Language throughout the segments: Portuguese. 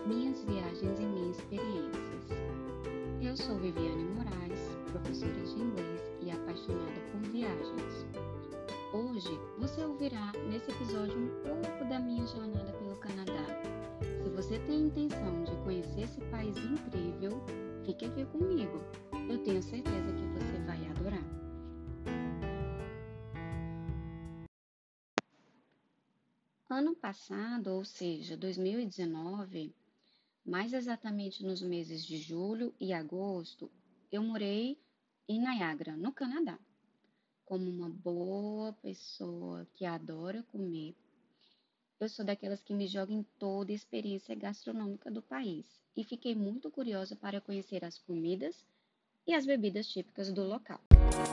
minhas viagens e minhas experiências. Eu sou Viviane Moraes, professora de inglês e apaixonada por viagens. Hoje você ouvirá nesse episódio um pouco da minha jornada pelo Canadá. Se você tem a intenção de conhecer esse país incrível, fique aqui comigo. Eu tenho certeza que você vai adorar. Ano passado, ou seja, 2019, mais exatamente nos meses de julho e agosto, eu morei em Niagara, no Canadá. Como uma boa pessoa que adora comer, eu sou daquelas que me jogam em toda a experiência gastronômica do país e fiquei muito curiosa para conhecer as comidas e as bebidas típicas do local.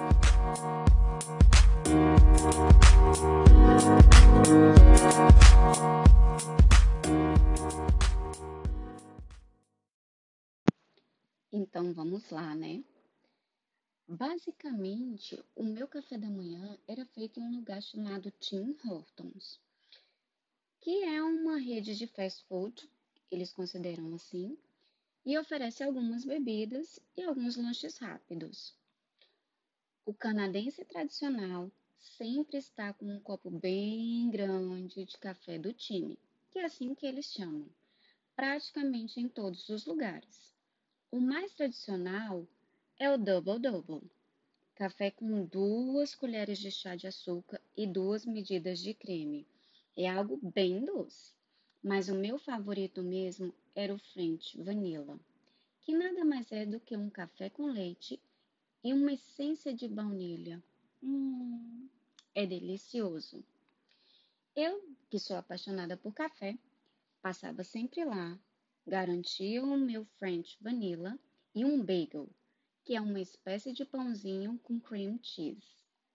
Então vamos lá, né? Basicamente, o meu café da manhã era feito em um lugar chamado Tim Hortons, que é uma rede de fast food, eles consideram assim, e oferece algumas bebidas e alguns lanches rápidos. O canadense tradicional sempre está com um copo bem grande de café do time, que é assim que eles chamam, praticamente em todos os lugares. O mais tradicional é o Double Double, café com 2 colheres de chá de açúcar e 2 medidas de creme. É algo bem doce, mas o meu favorito mesmo era o French Vanilla, que nada mais é do que um café com leite e uma essência de baunilha. É delicioso. Eu, que sou apaixonada por café, passava sempre lá, garantia o meu French Vanilla e um bagel, que é uma espécie de pãozinho com cream cheese.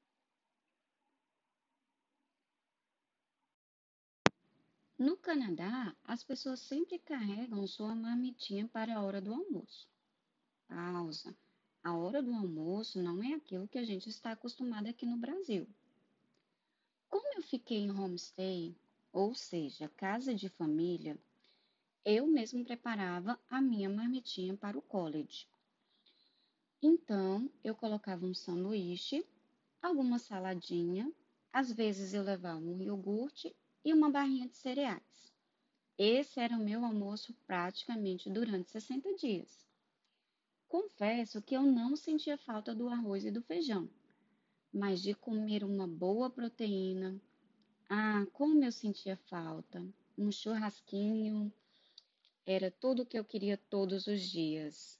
No Canadá, as pessoas sempre carregam sua marmitinha para a hora do almoço. Pausa. A hora do almoço não é aquilo que a gente está acostumado aqui no Brasil. Como eu fiquei em homestay, ou seja, casa de família, eu mesmo preparava a minha marmitinha para o college. Então, eu colocava um sanduíche, alguma saladinha, às vezes eu levava um iogurte e uma barrinha de cereais. Esse era o meu almoço praticamente durante 60 dias. Confesso que eu não sentia falta do arroz e do feijão, mas de comer uma boa proteína, como eu sentia falta! Um churrasquinho era tudo o que eu queria todos os dias.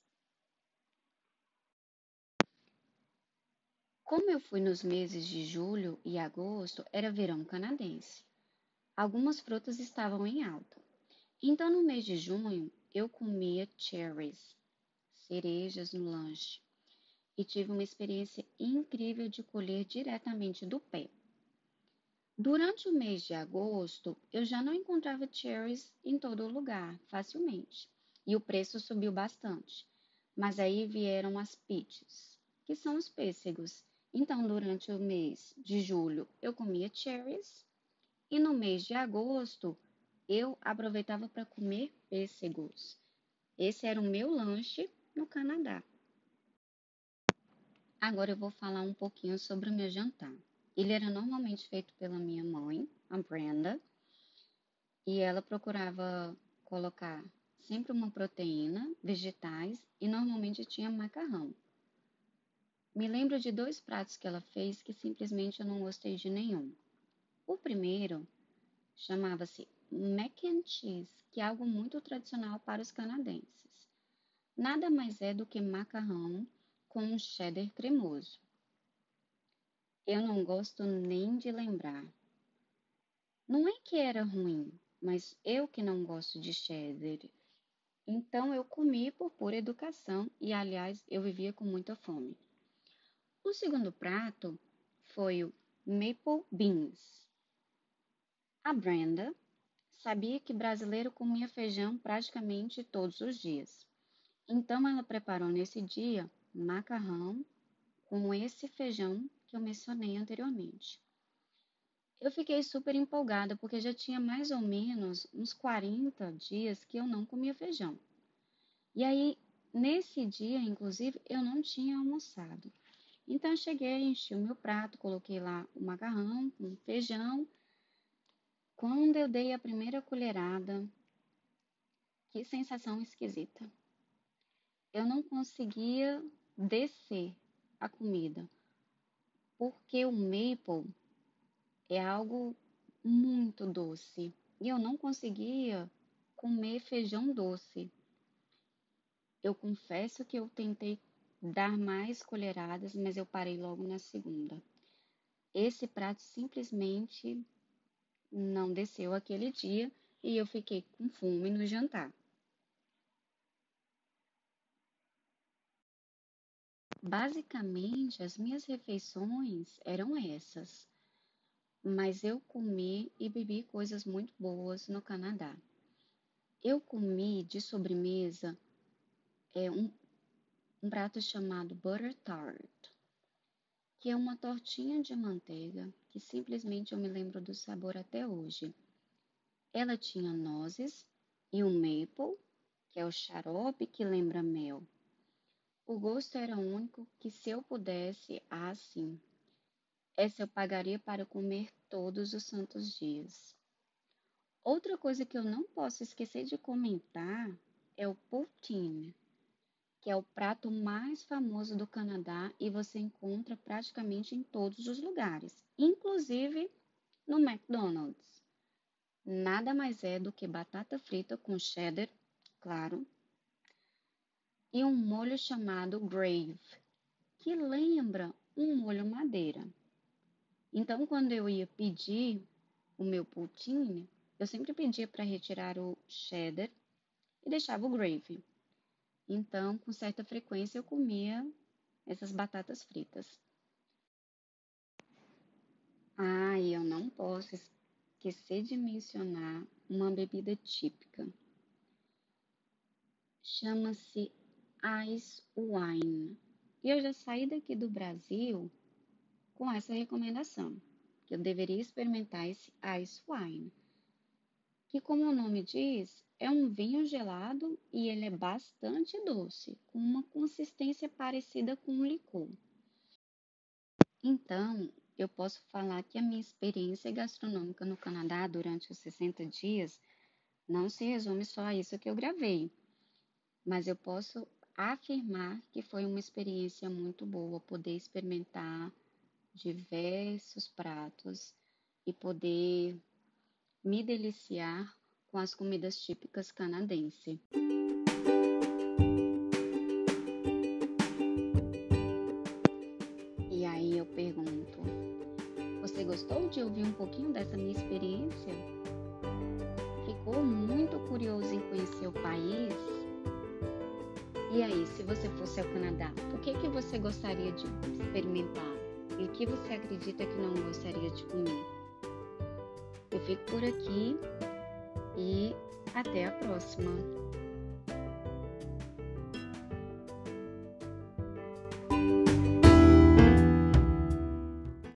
Como eu fui nos meses de julho e agosto, era verão canadense. Algumas frutas estavam em alta. Então, no mês de junho, eu comia cherries, cerejas no lanche, e tive uma experiência incrível de colher diretamente do pé. Durante o mês de agosto, eu já não encontrava cherries em todo lugar, facilmente, e o preço subiu bastante. Mas aí vieram as peaches, que são os pêssegos. Então, durante o mês de julho, eu comia cherries, e no mês de agosto, eu aproveitava para comer pêssegos. Esse era o meu lanche no Canadá. Agora eu vou falar um pouquinho sobre o meu jantar. Ele era normalmente feito pela minha mãe, a Brenda, e ela procurava colocar sempre uma proteína, vegetais e normalmente tinha macarrão. Me lembro de 2 pratos que ela fez que simplesmente eu não gostei de nenhum. O primeiro chamava-se mac and cheese, que é algo muito tradicional para os canadenses. Nada mais é do que macarrão com um cheddar cremoso. Eu não gosto nem de lembrar. Não é que era ruim, mas eu que não gosto de cheddar. Então eu comi por pura educação e, aliás, eu vivia com muita fome. O segundo prato foi o maple beans. A Brenda sabia que brasileiro comia feijão praticamente todos os dias. Então ela preparou nesse dia macarrão com esse feijão que eu mencionei anteriormente. Eu fiquei super empolgada porque já tinha mais ou menos uns 40 dias que eu não comia feijão. E aí, nesse dia, inclusive, eu não tinha almoçado. Então, eu cheguei, enchi o meu prato, coloquei lá o macarrão com feijão. Quando eu dei a primeira colherada, que sensação esquisita. Eu não conseguia descer a comida, porque o maple é algo muito doce e eu não conseguia comer feijão doce. Eu confesso que eu tentei dar mais colheradas, mas eu parei logo na segunda. Esse prato simplesmente não desceu aquele dia e eu fiquei com fome no jantar. Basicamente, as minhas refeições eram essas, mas eu comi e bebi coisas muito boas no Canadá. Eu comi de sobremesa um prato chamado Butter Tart, que é uma tortinha de manteiga que simplesmente eu me lembro do sabor até hoje. Ela tinha nozes e o maple, que é o xarope que lembra mel. O gosto era único que se eu pudesse, sim, essa eu pagaria para comer todos os santos dias. Outra coisa que eu não posso esquecer de comentar é o poutine, que é o prato mais famoso do Canadá e você encontra praticamente em todos os lugares, inclusive no McDonald's. Nada mais é do que batata frita com cheddar, claro, e um molho chamado gravy, que lembra um molho madeira. Então, quando eu ia pedir o meu poutine, eu sempre pedia para retirar o cheddar e deixava o gravy. Então, com certa frequência, eu comia essas batatas fritas. E eu não posso esquecer de mencionar uma bebida típica. Chama-se Ice Wine. E eu já saí daqui do Brasil com essa recomendação, que eu deveria experimentar esse Ice Wine, que, como o nome diz, é um vinho gelado e ele é bastante doce, com uma consistência parecida com um licor. Então, eu posso falar que a minha experiência gastronômica no Canadá durante os 60 dias não se resume só a isso que eu gravei, mas eu posso afirmar que foi uma experiência muito boa poder experimentar diversos pratos e poder me deliciar com as comidas típicas canadenses. E aí eu pergunto, você gostou de ouvir um pouquinho dessa minha experiência? Ficou muito curioso em conhecer o país? E aí, se você fosse ao Canadá, o que você gostaria de experimentar? E o que você acredita que não gostaria de comer? Eu fico por aqui e até a próxima!